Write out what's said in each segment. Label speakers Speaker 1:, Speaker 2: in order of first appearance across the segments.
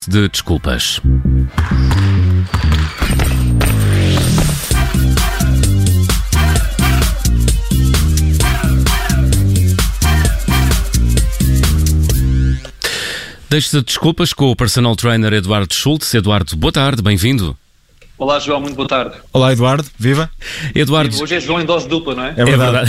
Speaker 1: de desculpas. Deixe-se de desculpas com o personal trainer Eduardo Schultz. Eduardo, boa tarde, bem-vindo.
Speaker 2: Olá, João, muito boa tarde.
Speaker 3: Olá, Eduardo, viva.
Speaker 2: Eduardo... Hoje é João em dose dupla, não é?
Speaker 3: É verdade.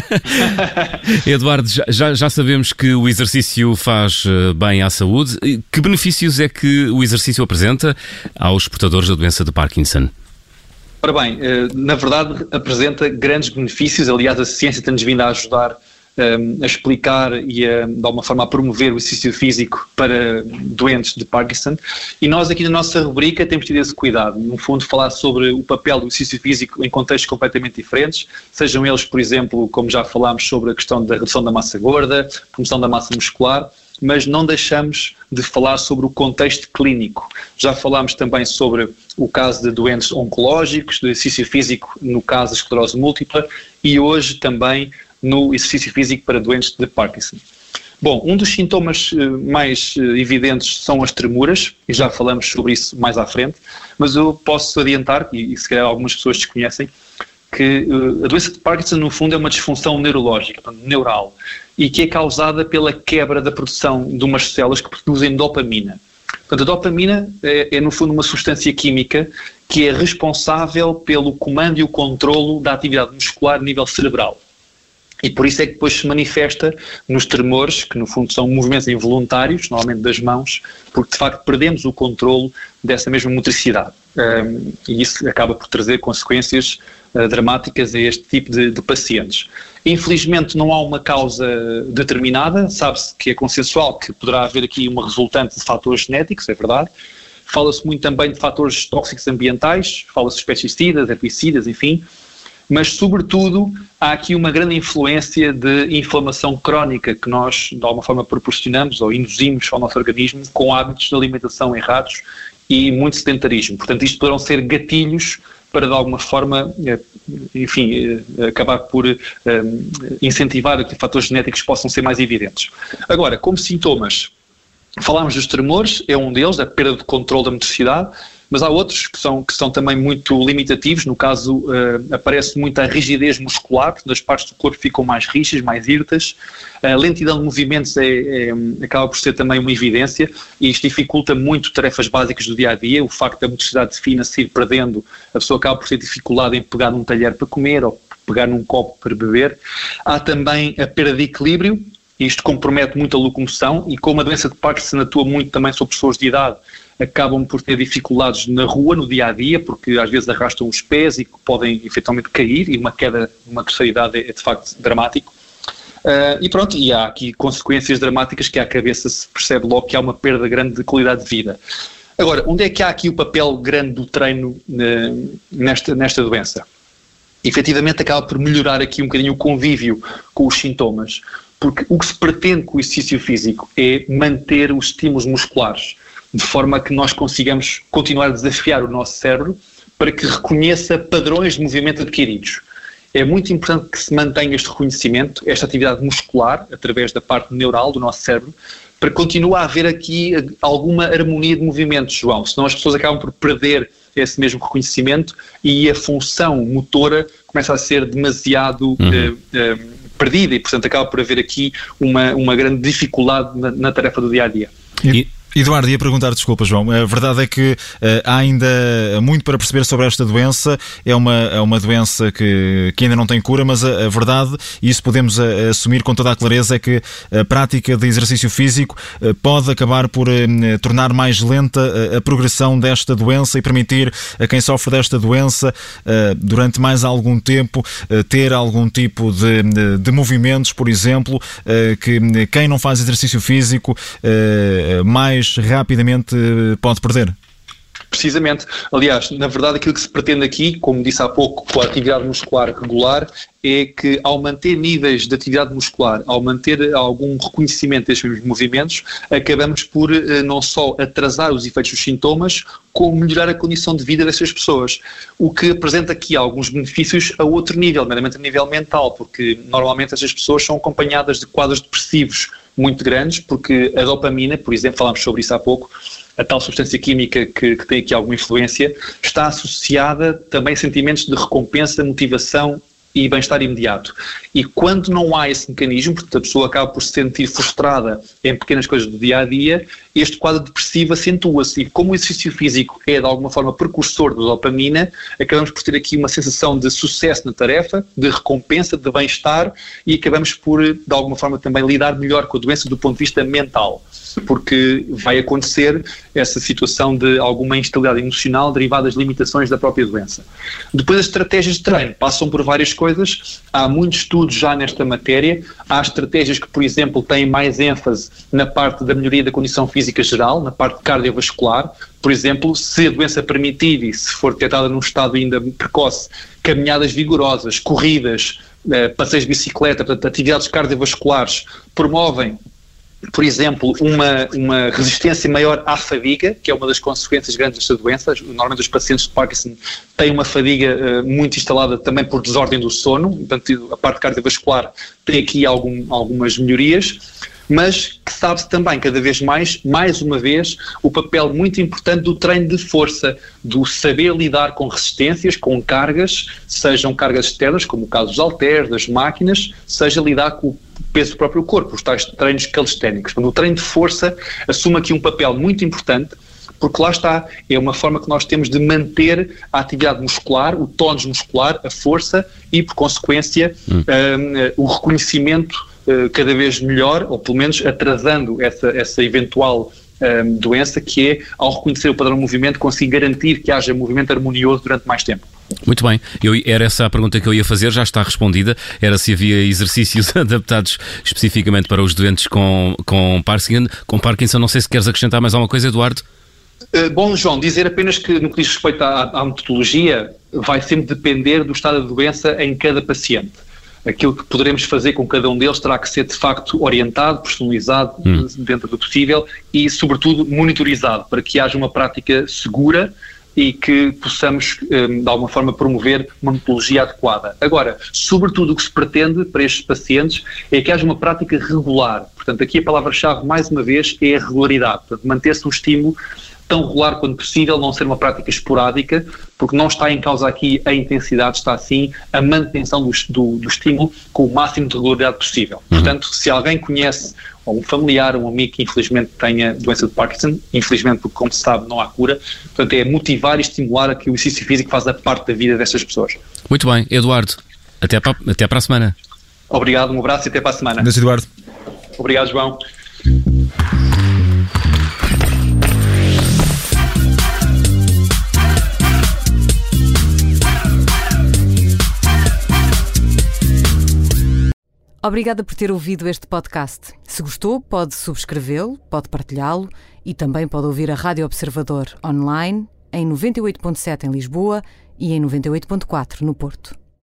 Speaker 1: Eduardo, já sabemos que o exercício faz bem à saúde. Que benefícios é que o exercício apresenta aos portadores da doença de Parkinson?
Speaker 2: Ora bem, na verdade apresenta grandes benefícios. Aliás, a ciência tem-nos vindo a ajudar a explicar e de alguma forma a promover o exercício físico para doentes de Parkinson, e nós aqui na nossa rubrica temos tido esse cuidado, no fundo falar sobre o papel do exercício físico em contextos completamente diferentes, sejam eles, por exemplo, como já falámos sobre a questão da redução da massa gorda, promoção da massa muscular, mas não deixamos de falar sobre o contexto clínico. Já falámos também sobre o caso de doentes oncológicos, do exercício físico no caso da esclerose múltipla, e hoje também no exercício físico para doentes de Parkinson. Bom, um dos sintomas mais evidentes são as tremuras, e já falamos sobre isso mais à frente, mas eu posso adiantar, e se calhar algumas pessoas desconhecem, que a doença de Parkinson no fundo é uma disfunção neurológica, portanto, neural, e que é causada pela quebra da produção de umas células que produzem dopamina. Portanto, a dopamina é no fundo uma substância química que é responsável pelo comando e o controlo da atividade muscular a nível cerebral. E por isso é que depois se manifesta nos tremores, que no fundo são movimentos involuntários, normalmente das mãos, porque de facto perdemos o controlo dessa mesma motricidade. E isso acaba por trazer consequências dramáticas a este tipo de pacientes. Infelizmente não há uma causa determinada, sabe-se que é consensual que poderá haver aqui uma resultante de fatores genéticos, é verdade. Fala-se muito também de fatores tóxicos ambientais, fala-se de pesticidas, herbicidas, enfim. Mas, sobretudo, há aqui uma grande influência de inflamação crónica que nós, de alguma forma, proporcionamos ou induzimos ao nosso organismo com hábitos de alimentação errados e muito sedentarismo. Portanto, isto poderão ser gatilhos para, de alguma forma, enfim, acabar por incentivar que fatores genéticos possam ser mais evidentes. Agora, como sintomas, falámos dos tremores, é um deles, a perda de controle da motricidade, mas há outros que são também muito limitativos. No caso, aparece muita rigidez muscular, as partes do corpo ficam mais rígidas, mais irtas. A lentidão de movimentos acaba por ser também uma evidência, e isto dificulta muito tarefas básicas do dia-a-dia. O facto da motricidade fina se ir perdendo, a pessoa acaba por ter dificuldade em pegar num talher para comer ou pegar num copo para beber. Há também a perda de equilíbrio. Isto compromete muito a locomoção, e como a doença de Parkinson atua muito também sobre pessoas de idade, acabam por ter dificuldades na rua, no dia-a-dia, porque às vezes arrastam os pés e podem eventualmente cair, e uma queda numa terceira idade é de facto dramático. E pronto, e há aqui consequências dramáticas que à cabeça se percebe logo que há uma perda grande de qualidade de vida. Agora, onde é que há aqui o papel grande do treino nesta doença? Efetivamente acaba por melhorar aqui um bocadinho o convívio com os sintomas, porque o que se pretende com o exercício físico é manter os estímulos musculares, de forma a que nós consigamos continuar a desafiar o nosso cérebro para que reconheça padrões de movimento adquiridos. É muito importante que se mantenha este reconhecimento, esta atividade muscular, através da parte neural do nosso cérebro, para que continue a haver aqui alguma harmonia de movimentos, João. Senão as pessoas acabam por perder esse mesmo reconhecimento e a função motora começa a ser demasiado perdida, e portanto acaba por haver aqui uma grande dificuldade na tarefa do dia-a-dia.
Speaker 3: Eduardo, ia perguntar, desculpa João, a verdade é que há ainda muito para perceber sobre esta doença. É uma doença que ainda não tem cura, mas a verdade, e isso podemos assumir com toda a clareza, é que a prática de exercício físico pode acabar por tornar mais lenta a progressão desta doença e permitir a quem sofre desta doença durante mais algum tempo ter algum tipo de movimentos, por exemplo, que quem não faz exercício físico mais rapidamente pode perder.
Speaker 2: Precisamente. Aliás, na verdade, aquilo que se pretende aqui, como disse há pouco, com a atividade muscular regular, é que ao manter níveis de atividade muscular, ao manter algum reconhecimento destes mesmos movimentos, acabamos por não só atrasar os efeitos dos sintomas, como melhorar a condição de vida dessas pessoas. O que apresenta aqui alguns benefícios a outro nível, meramente a nível mental, porque normalmente essas pessoas são acompanhadas de quadros depressivos muito grandes, porque a dopamina, por exemplo, falámos sobre isso há pouco, a tal substância química que tem aqui alguma influência, está associada também a sentimentos de recompensa, motivação e bem-estar imediato. E quando não há esse mecanismo, portanto a pessoa acaba por se sentir frustrada em pequenas coisas do dia-a-dia, este quadro depressivo acentua-se. E como o exercício físico é de alguma forma precursor da dopamina, acabamos por ter aqui uma sensação de sucesso na tarefa, de recompensa, de bem-estar, e acabamos por, de alguma forma, também lidar melhor com a doença do ponto de vista mental, porque vai acontecer essa situação de alguma instabilidade emocional derivada das limitações da própria doença. Depois as estratégias de treino passam por várias coisas, há muitos estudos já nesta matéria, há estratégias que, por exemplo, têm mais ênfase na parte da melhoria da condição física geral, na parte cardiovascular. Por exemplo, se a doença permitir e se for detectada num estado ainda precoce, caminhadas vigorosas, corridas, passeios de bicicleta, portanto, atividades cardiovasculares promovem, por exemplo, uma resistência maior à fadiga, que é uma das consequências grandes desta doença. Normalmente os pacientes de Parkinson têm uma fadiga muito instalada também por desordem do sono, portanto a parte cardiovascular tem aqui algumas melhorias, mas que sabe-se também cada vez mais uma vez, o papel muito importante do treino de força, do saber lidar com resistências, com cargas, sejam cargas externas, como o caso dos halteres, das máquinas, seja lidar com o peso do próprio corpo, os tais treinos calisténicos. O treino de força assume aqui um papel muito importante, porque lá está, é uma forma que nós temos de manter a atividade muscular, o tónus muscular, a força e, por consequência, o reconhecimento cada vez melhor, ou pelo menos atrasando essa eventual doença, que é, ao reconhecer o padrão de movimento, conseguir garantir que haja movimento harmonioso durante mais tempo.
Speaker 1: Muito bem, era essa a pergunta que eu ia fazer, já está respondida, era se havia exercícios adaptados especificamente para os doentes com Parkinson. Não sei se queres acrescentar mais alguma coisa, Eduardo?
Speaker 2: Bom, João, dizer apenas que no que diz respeito à metodologia, vai sempre depender do estado da doença em cada paciente. Aquilo que poderemos fazer com cada um deles terá que ser de facto orientado, personalizado, dentro do possível e sobretudo monitorizado, para que haja uma prática segura e que possamos de alguma forma promover uma metodologia adequada. Agora, sobretudo o que se pretende para estes pacientes é que haja uma prática regular. Portanto, aqui a palavra-chave mais uma vez é a regularidade, portanto, manter-se um estímulo tão regular quanto possível, não ser uma prática esporádica, porque não está em causa aqui a intensidade, está sim a manutenção do estímulo com o máximo de regularidade possível. Portanto, se alguém conhece, ou um familiar, um amigo que infelizmente tenha doença de Parkinson, infelizmente porque, como se sabe, não há cura, portanto é motivar e estimular a que o exercício físico faça parte da vida destas pessoas. Muito
Speaker 1: bem, Eduardo, até para a semana.
Speaker 2: Obrigado, um abraço e até para a semana.
Speaker 3: Adeus, Eduardo.
Speaker 2: Obrigado, João.
Speaker 4: Obrigada por ter ouvido este podcast. Se gostou, pode subscrevê-lo, pode partilhá-lo e também pode ouvir a Rádio Observador online em 98.7 em Lisboa e em 98.4 no Porto.